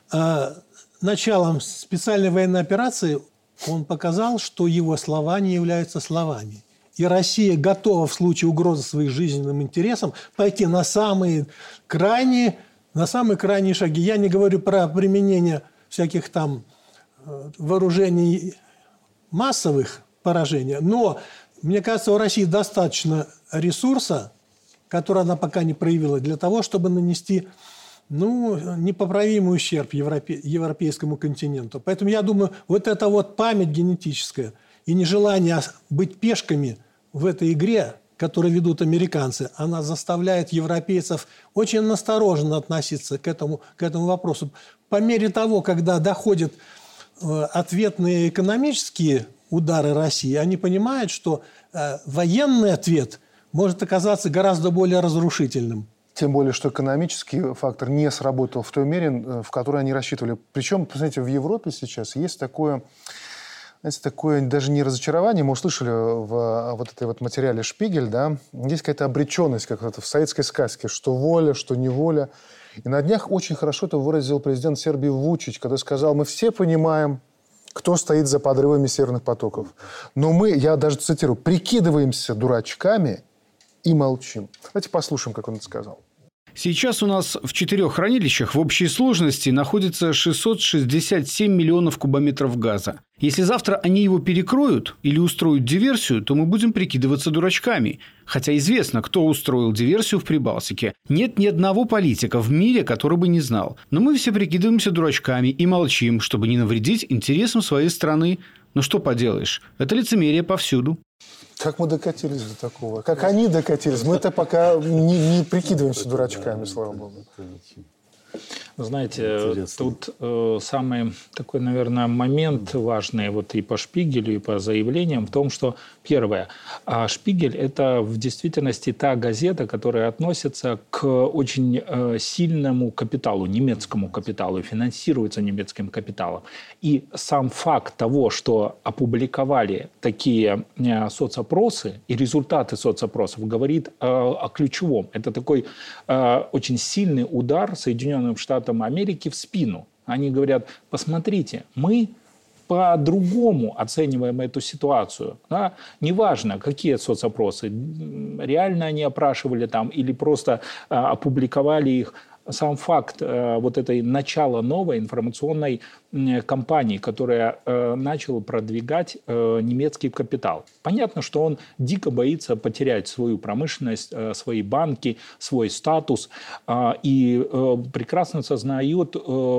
началом специальной военной операции он показал, что его слова не являются словами. И Россия готова в случае угрозы своим жизненным интересам пойти на самые крайние шаги. Я не говорю про применение всяких там вооружений массовых поражений, но, мне кажется, у России достаточно ресурса, который она пока не проявила, для того, чтобы нанести непоправимый ущерб европейскому континенту. Поэтому я думаю, вот эта вот память генетическая и нежелание быть пешками в этой игре, которые ведут американцы, она заставляет европейцев очень настороженно относиться к этому вопросу. По мере того, когда доходят ответные экономические удары России, они понимают, что военный ответ может оказаться гораздо более разрушительным.
Тем более, что экономический фактор не сработал в той мере, в которой они рассчитывали. Причем, знаете, в Европе сейчас есть такое даже не разочарование. Мы услышали в вот этой вот материале «Шпигель», да, есть какая-то обреченность, как в советской сказке, что воля, что неволя. И на днях очень хорошо это выразил президент Сербии Вучич, когда сказал, мы все понимаем, кто стоит за подрывами северных потоков. Но мы, я даже цитирую, прикидываемся дурачками и молчим. Давайте послушаем, как он это сказал.
Сейчас у нас в 4 хранилищах в общей сложности находится 667 миллионов кубометров газа. Если завтра они его перекроют или устроят диверсию, то мы будем прикидываться дурачками. Хотя известно, кто устроил диверсию в Прибалтике. Нет ни одного политика в мире, который бы не знал. Но мы все прикидываемся дурачками и молчим, чтобы не навредить интересам своей страны. Но что поделаешь, это лицемерие повсюду.
Как мы докатились до такого? Как они докатились? Мы-то пока не прикидываемся дурачками, слава богу.
Знаете, тут самый такой, наверное, момент важный вот и по Шпигелю, и по заявлениям в том, что Первое. «Шпигель» — это в действительности та газета, которая относится к очень сильному капиталу, немецкому капиталу, финансируется немецким капиталом. И сам факт того, что опубликовали такие соцопросы и результаты соцопросов, говорит о ключевом. Это такой очень сильный удар Соединенным Штатам Америки в спину. Они говорят: посмотрите, мы по-другому оцениваем эту ситуацию. Да? Неважно, какие соцопросы, реально они опрашивали там или просто опубликовали их. Сам факт вот этой начала новой информационной кампании, которая начала продвигать немецкий капитал. Понятно, что он дико боится потерять свою промышленность, свои банки, свой статус и прекрасно сознает,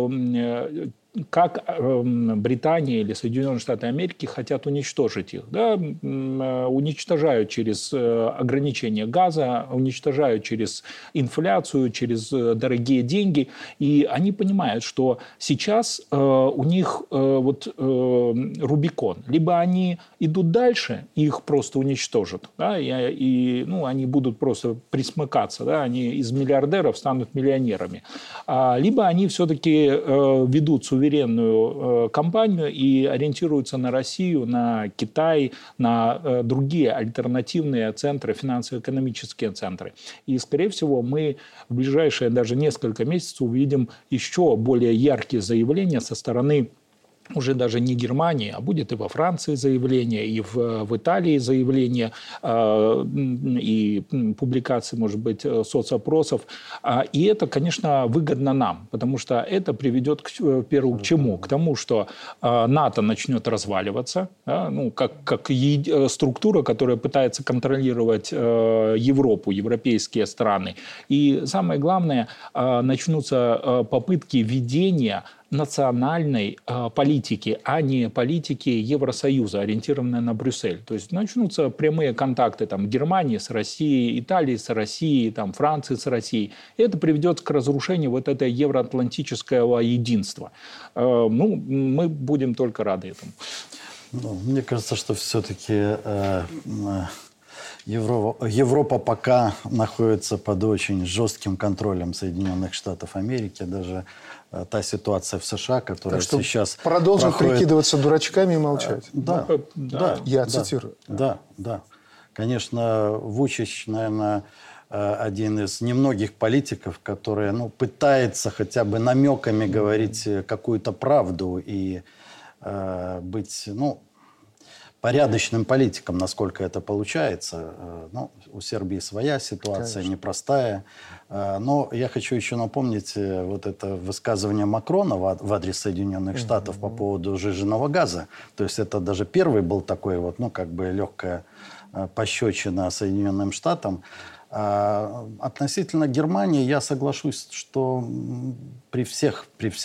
как Британия или Соединенные Штаты Америки хотят уничтожить их. Да? Уничтожают через ограничение газа, уничтожают через инфляцию, через дорогие деньги. И они понимают, что сейчас у них вот Рубикон. Либо они идут дальше, и их просто уничтожат. Да? И они будут просто присмыкаться. Да? Они из миллиардеров станут миллионерами. Либо они все-таки ведут суверенную кампанию и ориентируются на Россию, на Китай, на другие альтернативные центры, финансово-экономические центры. И, скорее всего, мы в ближайшие даже несколько месяцев увидим еще более яркие заявления со стороны уже даже не Германии, а будет и во Франции заявление, и в Италии заявление, и публикации, может быть, соцопросов. И это, конечно, выгодно нам, потому что это приведет к чему? К тому, что НАТО начнет разваливаться, да, как структура, которая пытается контролировать Европу, европейские страны. И самое главное, начнутся попытки ведения национальной политики, а не политики Евросоюза, ориентированной на Брюссель. То есть начнутся прямые контакты там, Германии с Россией, Италии с Россией, там, Франции с Россией. И это приведет к разрушению вот этого евроатлантического единства. Мы будем только рады этому.
Мне кажется, что все-таки Европа пока находится под очень жестким контролем Соединенных Штатов Америки. Даже та ситуация в США, которая сейчас
продолжим прикидываться дурачками и молчать.
Да.
Я цитирую.
Да. Конечно, Вучич, наверное, один из немногих политиков, который пытается хотя бы намеками говорить какую-то правду и быть, порядочным политиком, насколько это получается. У Сербии своя ситуация, конечно, непростая. Но я хочу еще напомнить вот это высказывание Макрона в адрес Соединенных Штатов по поводу сжиженного газа. То есть это даже первый был такой легкая пощечина Соединенным Штатам. Относительно Германии я соглашусь, что при всех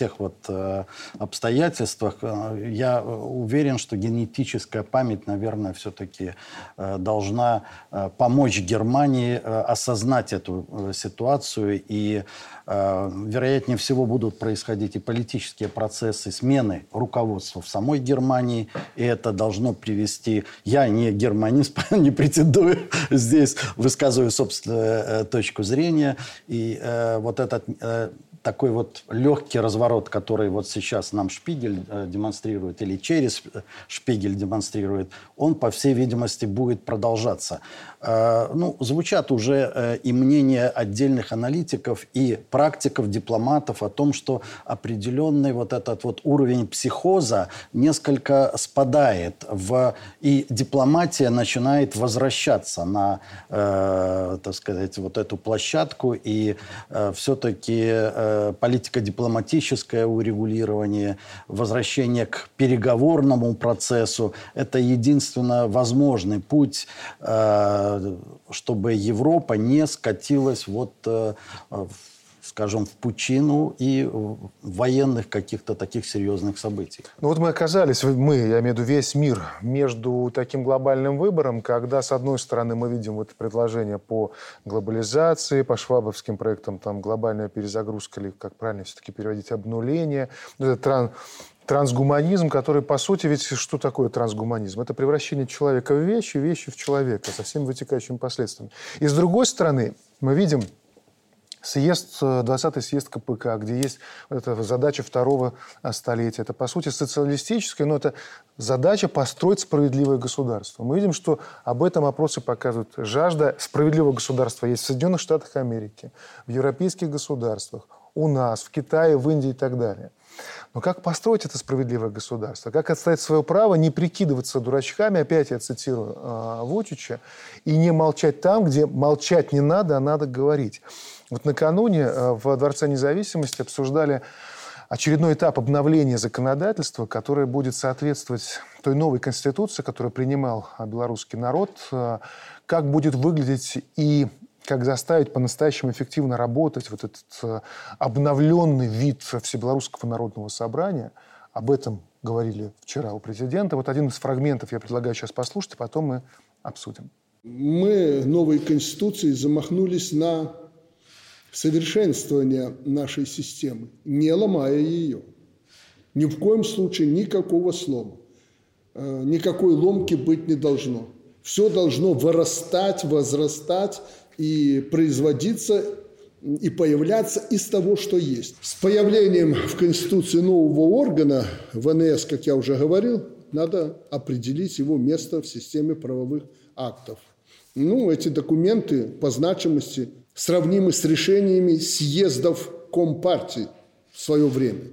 обстоятельствах я уверен, что генетическая память, наверное, все-таки должна помочь Германии осознать эту ситуацию. И, вероятнее всего, будут происходить и политические процессы смены руководства в самой Германии. И это должно привести... Я не германист, не претендую здесь, высказываю собственную точку зрения. И вот этот... такой вот легкий разворот, который вот сейчас нам Шпигель демонстрирует, или через Шпигель демонстрирует, он, по всей видимости, будет продолжаться. Звучат уже и мнения отдельных аналитиков и практиков, дипломатов о том, что определенный вот этот вот уровень психоза несколько спадает, и дипломатия начинает возвращаться на, так сказать, вот эту площадку, и все-таки политико-дипломатическое урегулирование, возвращение к переговорному процессу – это единственно возможный путь, чтобы Европа не скатилась в скажем, в пучину и военных каких-то таких серьезных событий.
Ну вот мы оказались, я имею в виду весь мир, между таким глобальным выбором, когда, с одной стороны, мы видим вот предложение по глобализации, по швабовским проектам, там, глобальная перезагрузка, или, как правильно все-таки переводить, обнуление, это трансгуманизм, который, по сути, ведь что такое трансгуманизм? Это превращение человека в вещь и вещи в человека со всеми вытекающими последствиями. И с другой стороны, мы видим 20-й съезд КПК, где есть эта задача второго столетия. Это, по сути, социалистическая, но это задача построить справедливое государство. Мы видим, что об этом опросы показывают. Жажда справедливого государства есть в Соединенных Штатах Америки, в европейских государствах, у нас, в Китае, в Индии и так далее. Но как построить это справедливое государство? Как отстоять свое право не прикидываться дурачками, опять я цитирую Вучича, и не молчать там, где молчать не надо, а надо говорить. Вот накануне в Дворце независимости обсуждали очередной этап обновления законодательства, которое будет соответствовать той новой конституции, которую принимал белорусский народ, как будет выглядеть и как заставить по-настоящему эффективно работать вот этот обновленный вид Всебелорусского народного собрания. Об этом говорили вчера у президента. Вот один из фрагментов я предлагаю сейчас послушать, а потом мы обсудим.
Мы новой Конституцией замахнулись на совершенствование нашей системы, не ломая ее. Ни в коем случае никакого слома, никакой ломки быть не должно. Все должно вырастать, возрастать и производиться и появляться из того, что есть. С появлением в Конституции нового органа, ВНС, как я уже говорил, надо определить его место в системе правовых актов. Эти документы по значимости сравнимы с решениями съездов Компартии в свое время.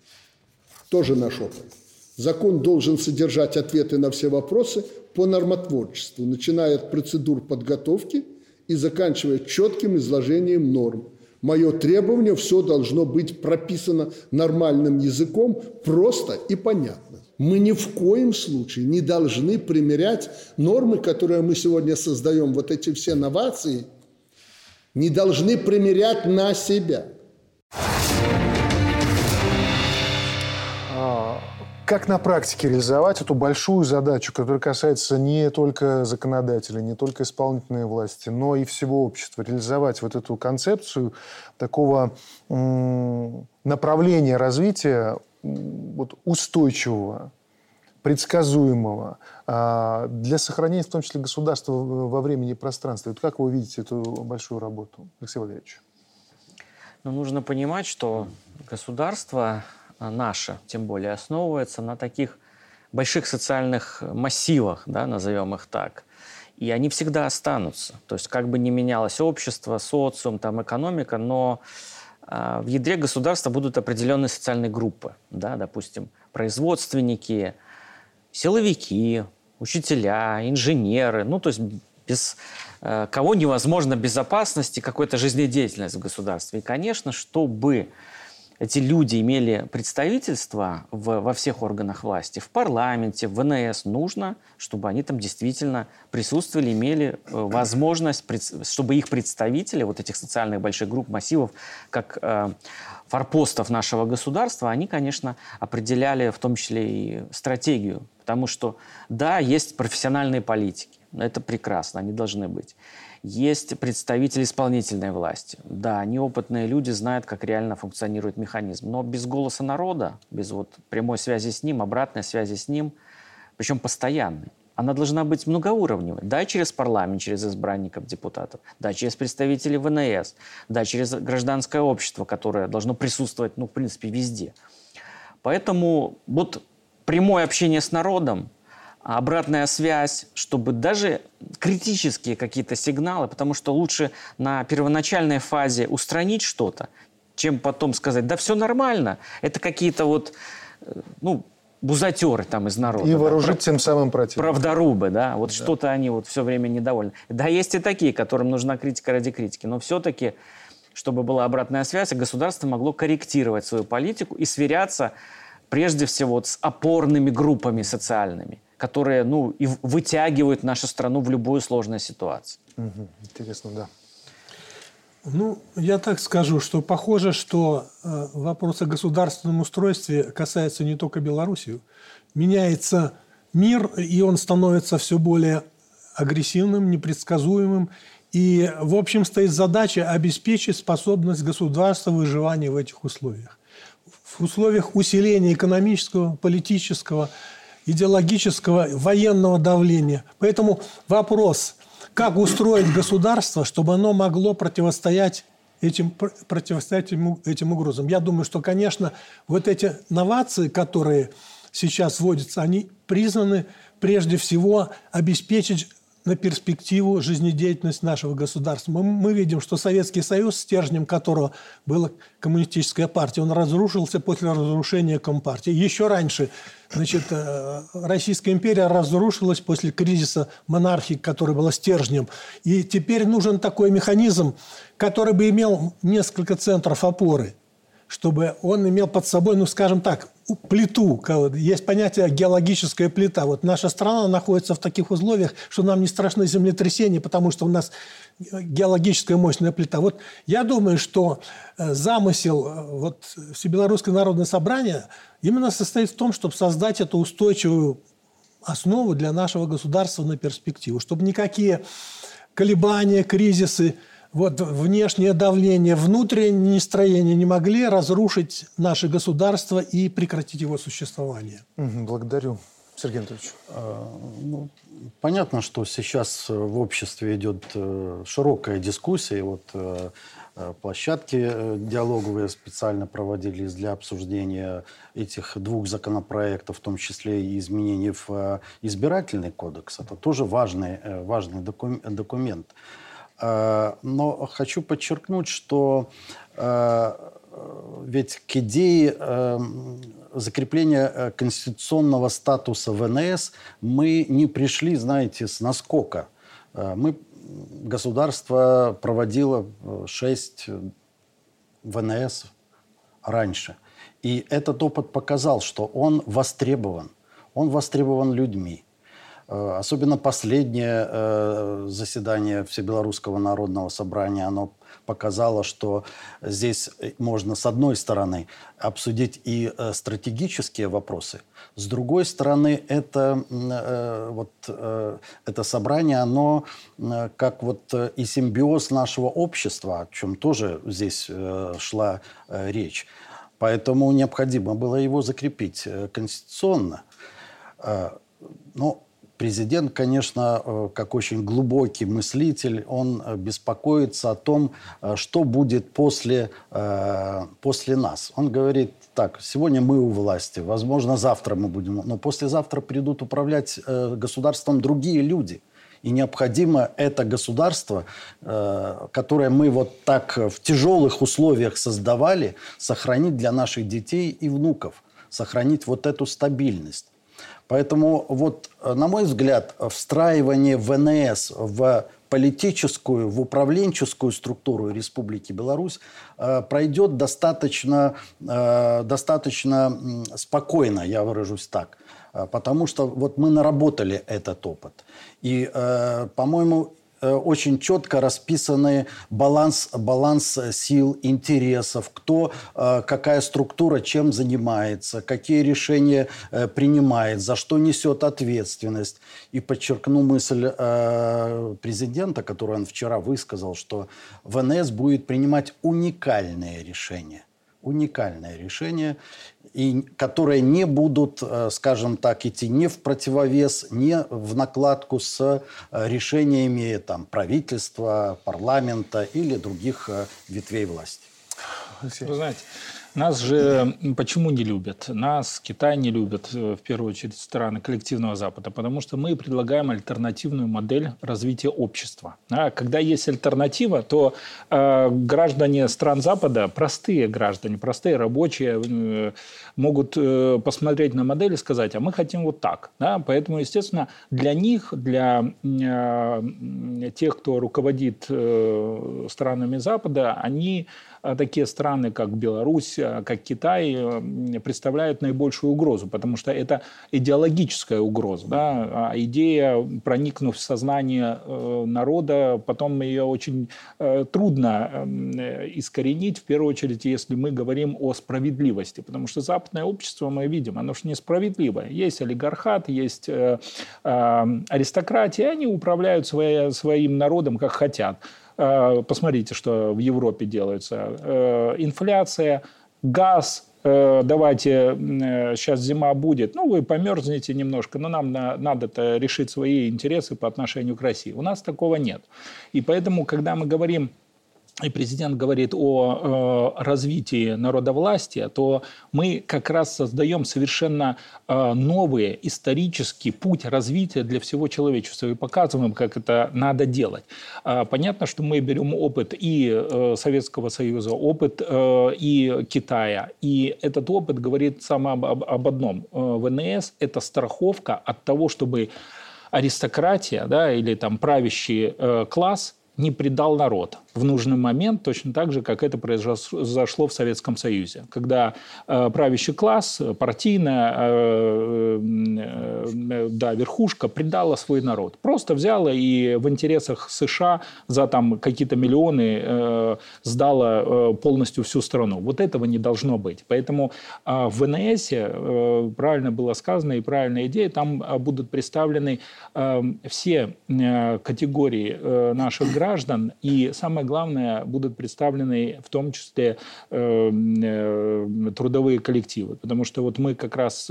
Тоже наш опыт. Закон должен содержать ответы на все вопросы по нормотворчеству, начиная от процедур подготовки и заканчивая четким изложением норм. Мое требование: все должно быть прописано нормальным языком, просто и понятно. Мы ни в коем случае не должны примерять нормы, которые мы сегодня создаем, вот эти все новации, не должны примерять на себя.
Как на практике реализовать эту большую задачу, которая касается не только законодателей, не только исполнительной власти, но и всего общества? Реализовать вот эту концепцию такого направления развития устойчивого, предсказуемого, для сохранения, в том числе, государства во времени и пространстве. Как вы видите эту большую работу, Алексей Валерьевич?
Нужно понимать, что государство наше, тем более, основывается на таких больших социальных массивах, да, назовем их так. И они всегда останутся. То есть как бы ни менялось общество, социум, экономика, но в ядре государства будут определенные социальные группы. Да, допустим, производственники, силовики, учителя, инженеры. То есть без кого невозможно безопасность и какая-то жизнедеятельность в государстве. И, конечно, чтобы эти люди имели представительство во всех органах власти, в парламенте, в ВНС, нужно, чтобы они там действительно присутствовали, имели возможность, чтобы их представители, вот этих социальных больших групп, массивов, как форпостов нашего государства, они, конечно, определяли в том числе и стратегию. Потому что, да, есть профессиональные политики, это прекрасно, они должны быть. Есть представители исполнительной власти. Да, они опытные люди, знают, как реально функционирует механизм. Но без голоса народа, без прямой связи с ним, обратной связи с ним, причем постоянной, она должна быть многоуровневой. Да, через парламент, через избранников, депутатов. Да, через представителей ВНС. Да, через гражданское общество, которое должно присутствовать, в принципе, везде. Поэтому прямое общение с народом, обратная связь, чтобы даже критические какие-то сигналы, потому что лучше на первоначальной фазе устранить что-то, чем потом сказать: да все нормально, это какие-то бузатеры из народа.
И вооружить тем самым противника.
Правдорубы, да, что-то они все время недовольны. Да, есть и такие, которым нужна критика ради критики, но все-таки, чтобы была обратная связь, государство могло корректировать свою политику и сверяться прежде всего с опорными группами социальными, которые, и вытягивают нашу страну в любую сложную ситуацию.
Интересно, да.
Ну, я так скажу, что похоже, что вопрос о государственном устройстве касается не только Белоруссии. Меняется мир, и он становится все более агрессивным, непредсказуемым. И, в общем, стоит задача обеспечить способность государства выживания в этих условиях. В условиях усиления экономического, политического, идеологического, военного давления. Поэтому вопрос, как устроить государство, чтобы оно могло противостоять этим угрозам. Я думаю, что, конечно, вот эти новации, которые сейчас вводятся, они призваны прежде всего обеспечить на перспективу жизнедеятельность нашего государства. Мы видим, что Советский Союз, стержнем которого была коммунистическая партия, он разрушился после разрушения Компартии. Еще раньше, значит, Российская империя разрушилась после кризиса монархии, который был стержнем. И теперь нужен такой механизм, который бы имел несколько центров опоры, чтобы он имел под собой, ну, скажем так, плиту. Есть понятие геологическая плита. Вот наша страна находится в таких условиях, что нам не страшны землетрясения, потому что у нас геологическая мощная плита. Вот я думаю, что замысел вот Всебелорусское народное собрание именно состоит в том, чтобы создать эту устойчивую основу для нашего государства на перспективу, чтобы никакие колебания, кризисы, вот внешнее давление, внутреннее настроение не могли разрушить наше государство и прекратить его существование.
Благодарю. Сергей Анатольевич.
Ну, понятно, что сейчас в обществе идет широкая дискуссия. И вот площадки диалоговые специально проводились для обсуждения этих двух законопроектов, в том числе и изменений в избирательный кодекс. Это тоже важный документ. Но хочу подчеркнуть, что ведь к идее закрепления конституционного статуса ВНС мы не пришли, знаете, с наскока. Государство проводило 6 ВНС раньше. И этот опыт показал, что он востребован. Он востребован людьми. Особенно последнее заседание Всебелорусского народного собрания, оно показало, что здесь можно, с одной стороны, обсудить и стратегические вопросы, с другой стороны, это собрание, оно как вот и симбиоз нашего общества, о чем тоже здесь шла речь. Поэтому необходимо было его закрепить конституционно. Но президент, конечно, как очень глубокий мыслитель, он беспокоится о том, что будет после нас. Он говорит так: сегодня мы у власти, возможно, завтра мы будем, но послезавтра придут управлять государством другие люди. И необходимо это государство, которое мы вот так в тяжелых условиях создавали, сохранить для наших детей и внуков, сохранить вот эту стабильность. Поэтому, вот, на мой взгляд, встраивание ВНС в политическую, в управленческую структуру Республики Беларусь пройдет достаточно спокойно, я выражусь так. Потому что вот мы наработали этот опыт. И, по-моему, очень четко расписаны баланс сил, интересов, кто, какая структура чем занимается, какие решения принимает, за что несет ответственность. И подчеркну мысль президента, которую он вчера высказал, что ВНС будет принимать уникальные решения. Уникальные решения, и которые не будут, скажем так, идти не в противовес, не в накладку с решениями там, правительства, парламента или других ветвей власти.
Вы знаете, нас же почему не любят? Нас Китай не любит, в первую очередь, страны коллективного Запада, потому что мы предлагаем альтернативную модель развития общества. А когда есть альтернатива, то граждане стран Запада, простые граждане, простые рабочие, могут посмотреть на модель и сказать: а мы хотим вот так. Да? Поэтому, естественно, для них, для тех, кто руководит странами Запада, они такие страны, как Беларусь, как Китай, представляют наибольшую угрозу, потому что это идеологическая угроза. Да? А идея, проникнув в сознание народа, потом ее очень трудно искоренить, в первую очередь, если мы говорим о справедливости. Потому что западное общество, мы видим, оно же несправедливое. Есть олигархат, есть аристократия, они управляют своим народом как хотят. Посмотрите, что в Европе делается. Инфляция, газ. Давайте, сейчас зима будет, ну, вы померзнете немножко, но нам надо решить свои интересы по отношению к России. У нас такого нет. И поэтому, когда мы говорим, и президент говорит о развитии народовластия, то мы как раз создаем совершенно новый исторический путь развития для всего человечества и показываем, как это надо делать. Понятно, что мы берем опыт и Советского Союза, опыт и Китая. И этот опыт говорит сам об одном. ВНС – это страховка от того, чтобы аристократия, да, или там правящий класс не предал народ в нужный момент, точно так же, как это произошло в Советском Союзе. Когда правящий класс, партийная верхушка предала свой народ. Просто взяла и в интересах США за там какие-то миллионы сдала полностью всю страну. Вот этого не должно быть. Поэтому в ВНС, правильно было сказано и правильная идея, там будут представлены все категории наших граждан, и самое главное, будут представлены в том числе трудовые коллективы. Потому что вот мы как раз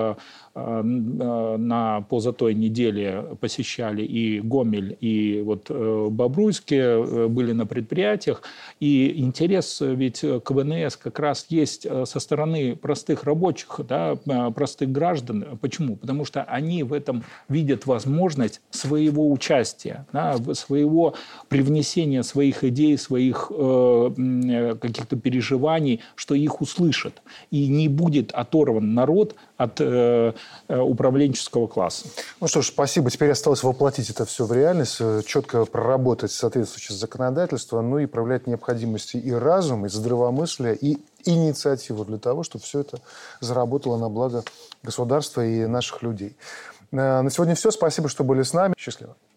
на позатой неделе посещали и Гомель, и вот Бобруйске, были на предприятиях. И интерес ведь к ВНС как раз есть со стороны простых рабочих, да, простых граждан. Почему? Потому что они в этом видят возможность своего участия, да, своего привнесения своих идей, своих каких-то переживаний, что их услышат. И не будет оторван народ от управленческого класса.
Ну что ж, спасибо. Теперь осталось воплотить это все в реальность, четко проработать соответствующее законодательство, ну и проявлять необходимости и разум, и здравомыслие, и инициативу для того, чтобы все это заработало на благо государства и наших людей. На сегодня все. Спасибо, что были с нами. Счастливо.